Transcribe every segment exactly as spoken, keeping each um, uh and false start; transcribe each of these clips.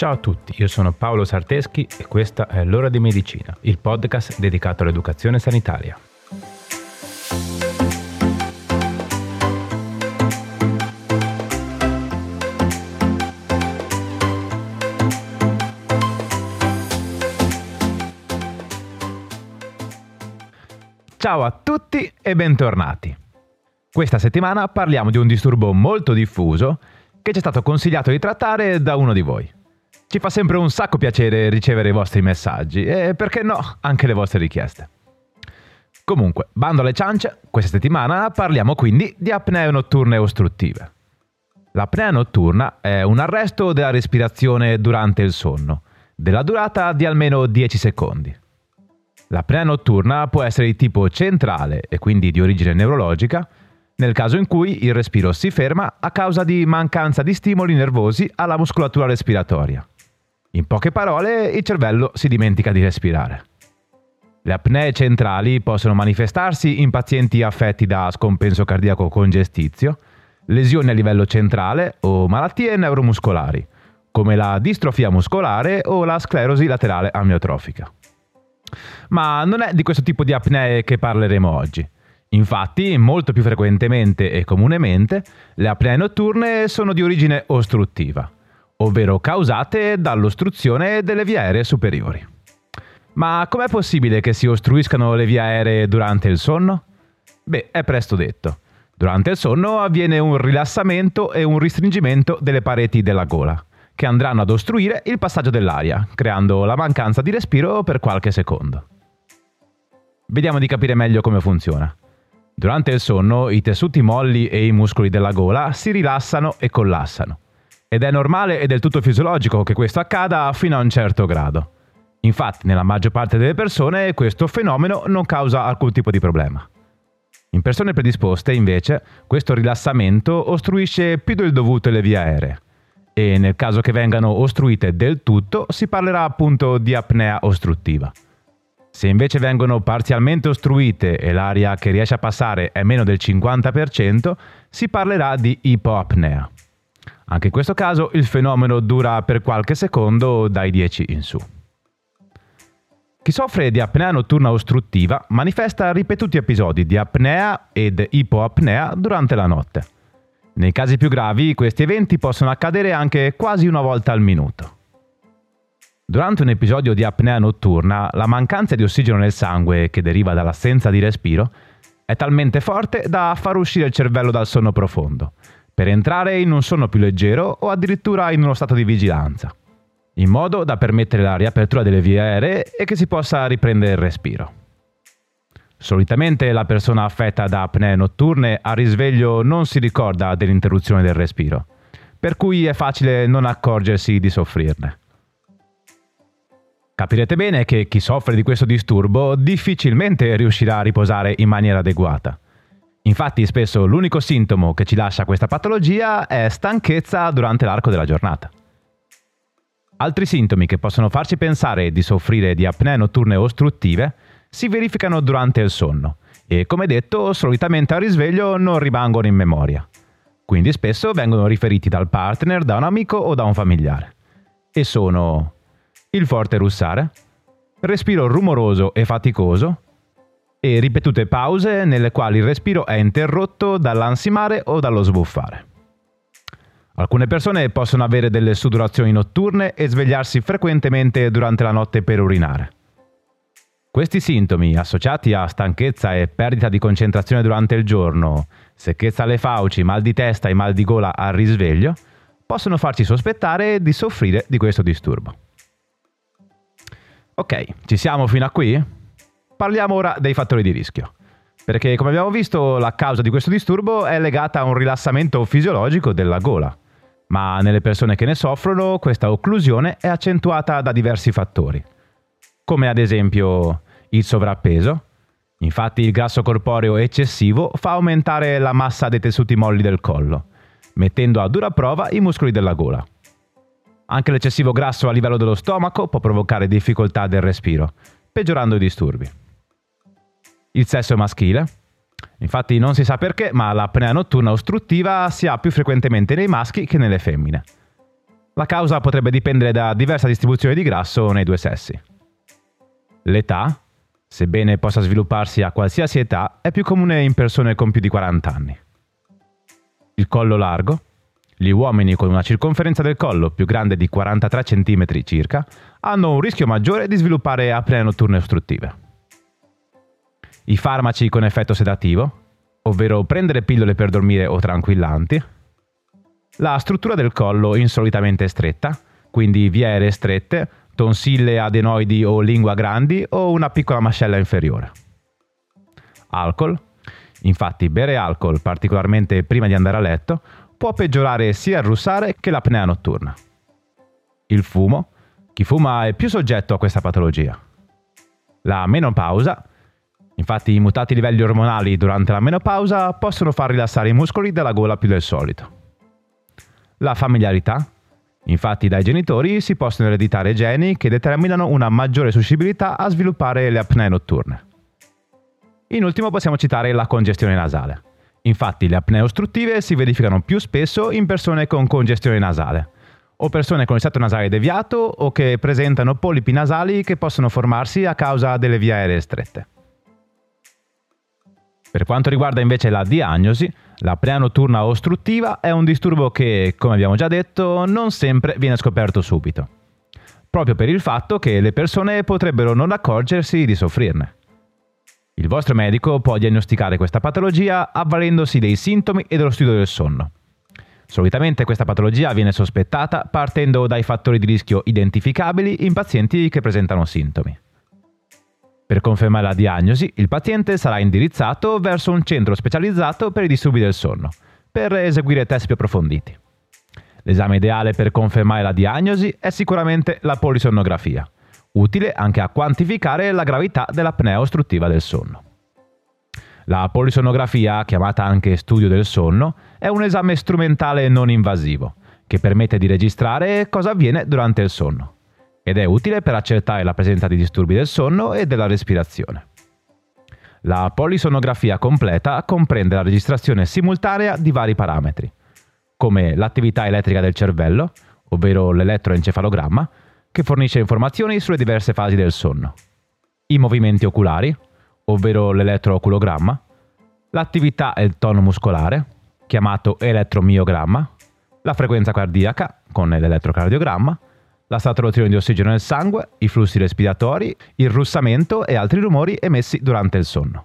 Ciao a tutti, io sono Paolo Sarteschi e questa è L'Ora di Medicina, il podcast dedicato all'educazione sanitaria. Ciao a tutti e bentornati. Questa settimana parliamo di un disturbo molto diffuso che ci è stato consigliato di trattare da uno di voi. Ci fa sempre un sacco piacere ricevere i vostri messaggi e, perché no, anche le vostre richieste. Comunque, bando alle ciance, questa settimana parliamo quindi di apnee notturne ostruttive. L'apnea notturna è un arresto della respirazione durante il sonno, della durata di almeno dieci secondi. L'apnea notturna può essere di tipo centrale e quindi di origine neurologica, nel caso in cui il respiro si ferma a causa di mancanza di stimoli nervosi alla muscolatura respiratoria. In poche parole, il cervello si dimentica di respirare. Le apnee centrali possono manifestarsi in pazienti affetti da scompenso cardiaco congestizio, lesioni a livello centrale o malattie neuromuscolari, come la distrofia muscolare o la sclerosi laterale amiotrofica. Ma non è di questo tipo di apnee che parleremo oggi. Infatti, molto più frequentemente e comunemente, le apnee notturne sono di origine ostruttiva, ovvero causate dall'ostruzione delle vie aeree superiori. Ma com'è possibile che si ostruiscano le vie aeree durante il sonno? Beh, è presto detto. Durante il sonno avviene un rilassamento e un restringimento delle pareti della gola, che andranno ad ostruire il passaggio dell'aria, creando la mancanza di respiro per qualche secondo. Vediamo di capire meglio come funziona. Durante il sonno i tessuti molli e i muscoli della gola si rilassano e collassano. Ed è normale e del tutto fisiologico che questo accada fino a un certo grado. Infatti, nella maggior parte delle persone questo fenomeno non causa alcun tipo di problema. In persone predisposte, invece, questo rilassamento ostruisce più del dovuto le vie aeree. E nel caso che vengano ostruite del tutto, si parlerà appunto di apnea ostruttiva. Se invece vengono parzialmente ostruite e l'aria che riesce a passare è meno del cinquanta per cento, si parlerà di ipoapnea. Anche in questo caso il fenomeno dura per qualche secondo dai dieci in su. Chi soffre di apnea notturna ostruttiva manifesta ripetuti episodi di apnea ed ipoapnea durante la notte. Nei casi più gravi questi eventi possono accadere anche quasi una volta al minuto. Durante un episodio di apnea notturna, la mancanza di ossigeno nel sangue, che deriva dall'assenza di respiro, è talmente forte da far uscire il cervello dal sonno profondo, per entrare in un sonno più leggero o addirittura in uno stato di vigilanza, in modo da permettere la riapertura delle vie aeree e che si possa riprendere il respiro. Solitamente la persona affetta da apnee notturne a risveglio non si ricorda dell'interruzione del respiro, per cui è facile non accorgersi di soffrirne. Capirete bene che chi soffre di questo disturbo difficilmente riuscirà a riposare in maniera adeguata. Infatti spesso l'unico sintomo che ci lascia questa patologia è stanchezza durante l'arco della giornata. Altri sintomi che possono farci pensare di soffrire di apnee notturne ostruttive si verificano durante il sonno e, come detto, solitamente al risveglio non rimangono in memoria. Quindi spesso vengono riferiti dal partner, da un amico o da un familiare. E sono il forte russare, respiro rumoroso e faticoso e ripetute pause nelle quali il respiro è interrotto dall'ansimare o dallo sbuffare. Alcune persone possono avere delle sudorazioni notturne e svegliarsi frequentemente durante la notte per urinare. Questi sintomi, associati a stanchezza e perdita di concentrazione durante il giorno, secchezza alle fauci, mal di testa e mal di gola al risveglio, possono farci sospettare di soffrire di questo disturbo. Ok, ci siamo fino a qui? Parliamo ora dei fattori di rischio, perché come abbiamo visto la causa di questo disturbo è legata a un rilassamento fisiologico della gola, ma nelle persone che ne soffrono questa occlusione è accentuata da diversi fattori, come ad esempio il sovrappeso. Infatti il grasso corporeo eccessivo fa aumentare la massa dei tessuti molli del collo, mettendo a dura prova i muscoli della gola. Anche l'eccessivo grasso a livello dello stomaco può provocare difficoltà del respiro, peggiorando i disturbi. Il sesso maschile. Infatti non si sa perché, ma l'apnea notturna ostruttiva si ha più frequentemente nei maschi che nelle femmine. La causa potrebbe dipendere da diversa distribuzione di grasso nei due sessi. L'età, sebbene possa svilupparsi a qualsiasi età, è più comune in persone con più di quaranta anni. Il collo largo. Gli uomini con una circonferenza del collo più grande di quarantatré centimetri circa hanno un rischio maggiore di sviluppare apnee notturne ostruttive. I farmaci con effetto sedativo, ovvero prendere pillole per dormire o tranquillanti. La struttura del collo insolitamente stretta, quindi vie aeree strette, tonsille, adenoidi o lingua grandi o una piccola mascella inferiore. Alcol. Infatti bere alcol, particolarmente prima di andare a letto, può peggiorare sia il russare che l'apnea notturna. Il fumo. Chi fuma è più soggetto a questa patologia. La menopausa. Infatti i mutati livelli ormonali durante la menopausa possono far rilassare i muscoli della gola più del solito. La familiarità. Infatti dai genitori si possono ereditare geni che determinano una maggiore suscettibilità a sviluppare le apnee notturne. In ultimo possiamo citare la congestione nasale. Infatti le apnee ostruttive si verificano più spesso in persone con congestione nasale, o persone con il setto nasale deviato o che presentano polipi nasali che possono formarsi a causa delle vie aeree strette. Per quanto riguarda invece la diagnosi, l'apnea notturna ostruttiva è un disturbo che, come abbiamo già detto, non sempre viene scoperto subito, proprio per il fatto che le persone potrebbero non accorgersi di soffrirne. Il vostro medico può diagnosticare questa patologia avvalendosi dei sintomi e dello studio del sonno. Solitamente questa patologia viene sospettata partendo dai fattori di rischio identificabili in pazienti che presentano sintomi. Per confermare la diagnosi, il paziente sarà indirizzato verso un centro specializzato per i disturbi del sonno, per eseguire test più approfonditi. L'esame ideale per confermare la diagnosi è sicuramente la polisonnografia, utile anche a quantificare la gravità dell'apnea ostruttiva del sonno. La polisonnografia, chiamata anche studio del sonno, è un esame strumentale non invasivo, che permette di registrare cosa avviene durante il sonno, ed è utile per accertare la presenza di disturbi del sonno e della respirazione. La polisonnografia completa comprende la registrazione simultanea di vari parametri, come l'attività elettrica del cervello, ovvero l'elettroencefalogramma, che fornisce informazioni sulle diverse fasi del sonno, i movimenti oculari, ovvero l'elettrooculogramma, l'attività e il tono muscolare, chiamato elettromiogramma, la frequenza cardiaca, con l'elettrocardiogramma, la saturazione di ossigeno nel sangue, i flussi respiratori, il russamento e altri rumori emessi durante il sonno.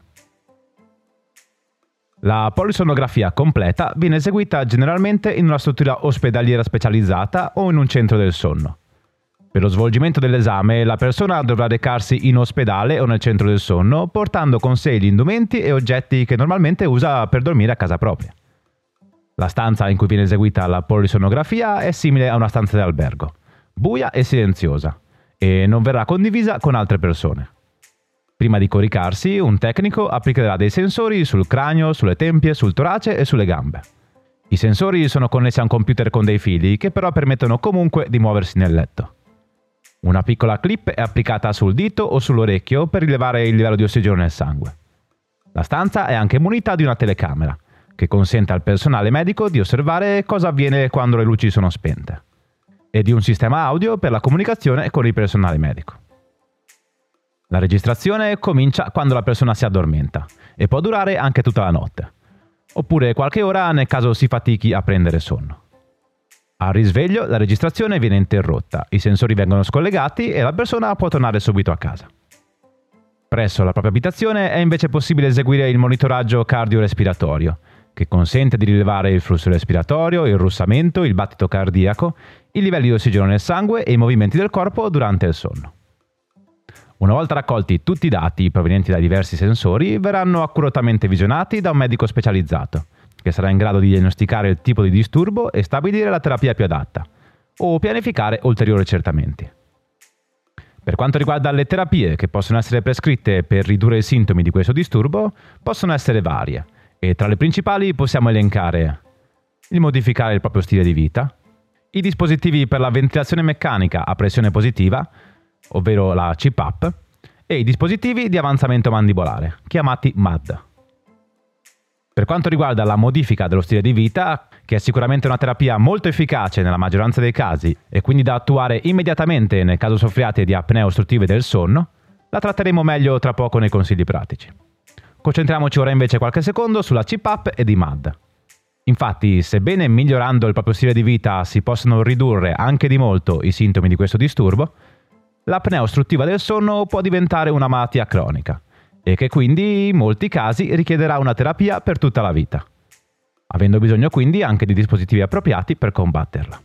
La polisonnografia completa viene eseguita generalmente in una struttura ospedaliera specializzata o in un centro del sonno. Per lo svolgimento dell'esame, la persona dovrà recarsi in ospedale o nel centro del sonno, portando con sé gli indumenti e oggetti che normalmente usa per dormire a casa propria. La stanza in cui viene eseguita la polisonnografia è simile a una stanza di albergo, buia e silenziosa, e non verrà condivisa con altre persone. Prima di coricarsi, un tecnico applicherà dei sensori sul cranio, sulle tempie, sul torace e sulle gambe. I sensori sono connessi a un computer con dei fili che però permettono comunque di muoversi nel letto. Una piccola clip è applicata sul dito o sull'orecchio per rilevare il livello di ossigeno nel sangue. La stanza è anche munita di una telecamera, che consente al personale medico di osservare cosa avviene quando le luci sono spente, e di un sistema audio per la comunicazione con il personale medico. La registrazione comincia quando la persona si addormenta e può durare anche tutta la notte, oppure qualche ora nel caso si fatichi a prendere sonno. Al risveglio la registrazione viene interrotta, i sensori vengono scollegati e la persona può tornare subito a casa. Presso la propria abitazione è invece possibile eseguire il monitoraggio cardiorespiratorio, che consente di rilevare il flusso respiratorio, il russamento, il battito cardiaco, i livelli di ossigeno nel sangue e i movimenti del corpo durante il sonno. Una volta raccolti tutti i dati provenienti da diversi sensori, verranno accuratamente visionati da un medico specializzato, che sarà in grado di diagnosticare il tipo di disturbo e stabilire la terapia più adatta, o pianificare ulteriori accertamenti. Per quanto riguarda le terapie che possono essere prescritte per ridurre i sintomi di questo disturbo, possono essere varie, e tra le principali possiamo elencare il modificare il proprio stile di vita, i dispositivi per la ventilazione meccanica a pressione positiva, ovvero la C PAP, e i dispositivi di avanzamento mandibolare, chiamati M A D. Per quanto riguarda la modifica dello stile di vita, che è sicuramente una terapia molto efficace nella maggioranza dei casi e quindi da attuare immediatamente nel caso soffriate di apnee ostruttive del sonno, la tratteremo meglio tra poco nei consigli pratici. Concentriamoci ora invece qualche secondo sulla C PAP e di M A D. Infatti, sebbene migliorando il proprio stile di vita si possono ridurre anche di molto i sintomi di questo disturbo, l'apnea ostruttiva del sonno può diventare una malattia cronica e che quindi in molti casi richiederà una terapia per tutta la vita, avendo bisogno quindi anche di dispositivi appropriati per combatterla.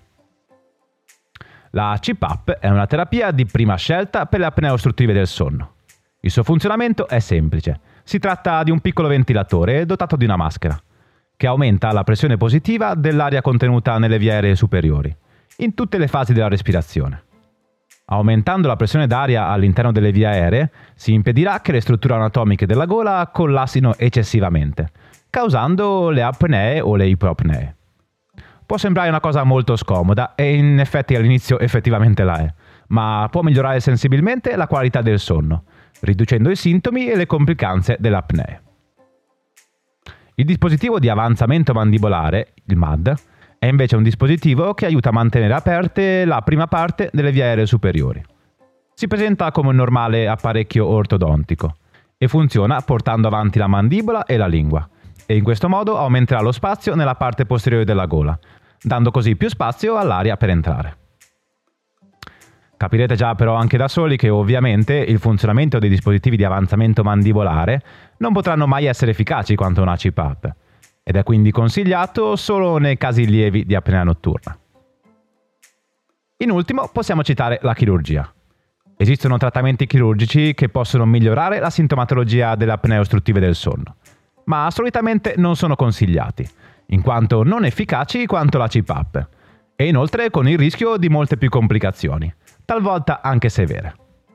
La C PAP è una terapia di prima scelta per le apnee ostruttive del sonno. Il suo funzionamento è semplice. Si tratta di un piccolo ventilatore dotato di una maschera, che aumenta la pressione positiva dell'aria contenuta nelle vie aeree superiori, in tutte le fasi della respirazione. Aumentando la pressione d'aria all'interno delle vie aeree, si impedirà che le strutture anatomiche della gola collassino eccessivamente, causando le apnee o le ipoapnee. Può sembrare una cosa molto scomoda e in effetti all'inizio effettivamente la è, ma può migliorare sensibilmente la qualità del sonno, riducendo i sintomi e le complicanze dell'apnea. Il dispositivo di avanzamento mandibolare, il M A D, è invece un dispositivo che aiuta a mantenere aperte la prima parte delle vie aeree superiori. Si presenta come un normale apparecchio ortodontico e funziona portando avanti la mandibola e la lingua, e in questo modo aumenterà lo spazio nella parte posteriore della gola, dando così più spazio all'aria per entrare. Capirete già però anche da soli che ovviamente il funzionamento dei dispositivi di avanzamento mandibolare non potranno mai essere efficaci quanto una C PAP, ed è quindi consigliato solo nei casi lievi di apnea notturna. In ultimo possiamo citare la chirurgia. Esistono trattamenti chirurgici che possono migliorare la sintomatologia delle apnee ostruttive del sonno, ma solitamente non sono consigliati, in quanto non efficaci quanto la C PAP, e inoltre con il rischio di molte più complicazioni, talvolta anche severe.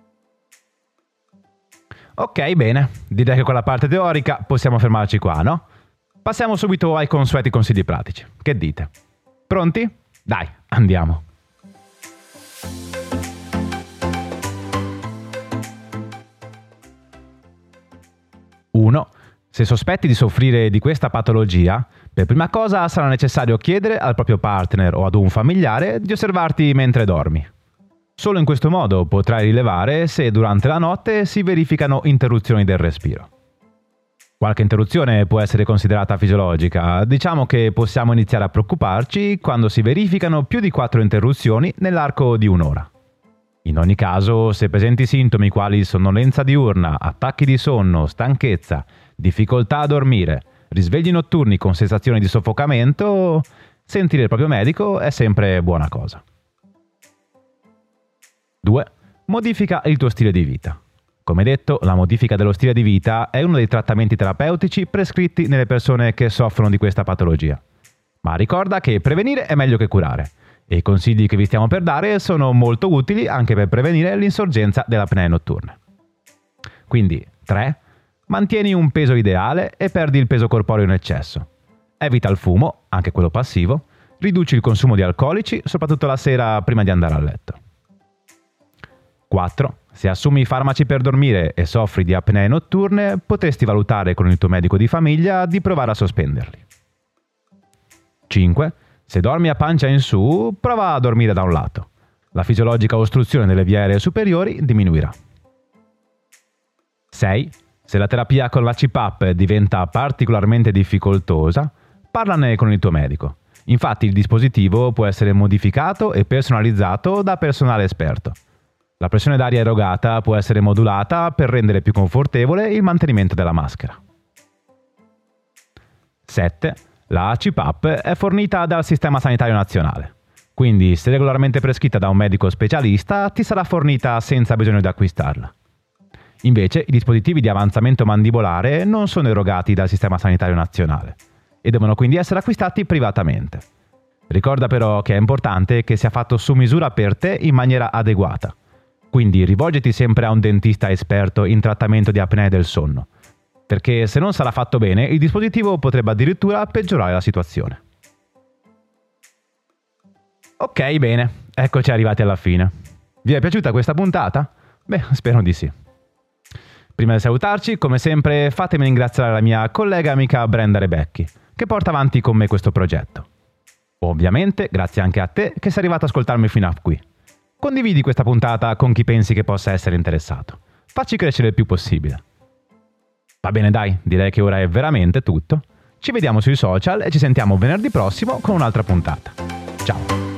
Ok, bene, direi che con la parte teorica possiamo fermarci qua, no? Passiamo subito ai consueti consigli pratici. Che dite? Pronti? Dai, andiamo! uno. Se sospetti di soffrire di questa patologia, per prima cosa sarà necessario chiedere al proprio partner o ad un familiare di osservarti mentre dormi. Solo in questo modo potrai rilevare se durante la notte si verificano interruzioni del respiro. Qualche interruzione può essere considerata fisiologica, diciamo che possiamo iniziare a preoccuparci quando si verificano più di quattro interruzioni nell'arco di un'ora. In ogni caso, se presenti sintomi quali sonnolenza diurna, attacchi di sonno, stanchezza, difficoltà a dormire, risvegli notturni con sensazioni di soffocamento, sentire il proprio medico è sempre buona cosa. due. Modifica il tuo stile di vita. Come detto, la modifica dello stile di vita è uno dei trattamenti terapeutici prescritti nelle persone che soffrono di questa patologia. Ma ricorda che prevenire è meglio che curare, e i consigli che vi stiamo per dare sono molto utili anche per prevenire l'insorgenza delle apnee notturne. Quindi, tre. Mantieni un peso ideale e perdi il peso corporeo in eccesso. Evita il fumo, anche quello passivo, riduci il consumo di alcolici, soprattutto la sera prima di andare a letto. quattro. Se assumi farmaci per dormire e soffri di apnee notturne, potresti valutare con il tuo medico di famiglia di provare a sospenderli. cinque. Se dormi a pancia in su, prova a dormire da un lato. La fisiologica ostruzione delle vie aeree superiori diminuirà. sei. Se la terapia con la C PAP diventa particolarmente difficoltosa, parlane con il tuo medico. Infatti il dispositivo può essere modificato e personalizzato da personale esperto. La pressione d'aria erogata può essere modulata per rendere più confortevole il mantenimento della maschera. sette. La C PAP è fornita dal Sistema Sanitario Nazionale, quindi se regolarmente prescritta da un medico specialista ti sarà fornita senza bisogno di acquistarla. Invece i dispositivi di avanzamento mandibolare non sono erogati dal Sistema Sanitario Nazionale e devono quindi essere acquistati privatamente. Ricorda però che è importante che sia fatto su misura per te in maniera adeguata. Quindi rivolgiti sempre a un dentista esperto in trattamento di apnee del sonno, perché se non sarà fatto bene il dispositivo potrebbe addirittura peggiorare la situazione. Ok, bene, eccoci arrivati alla fine. Vi è piaciuta questa puntata? Beh, spero di sì. Prima di salutarci, come sempre, fatemi ringraziare la mia collega e amica Brenda Rebecchi, che porta avanti con me questo progetto. Ovviamente, grazie anche a te che sei arrivato ad ascoltarmi fino a qui. Condividi questa puntata con chi pensi che possa essere interessato. Facci crescere il più possibile. Va bene dai, direi che ora è veramente tutto. Ci vediamo sui social e ci sentiamo venerdì prossimo con un'altra puntata. Ciao!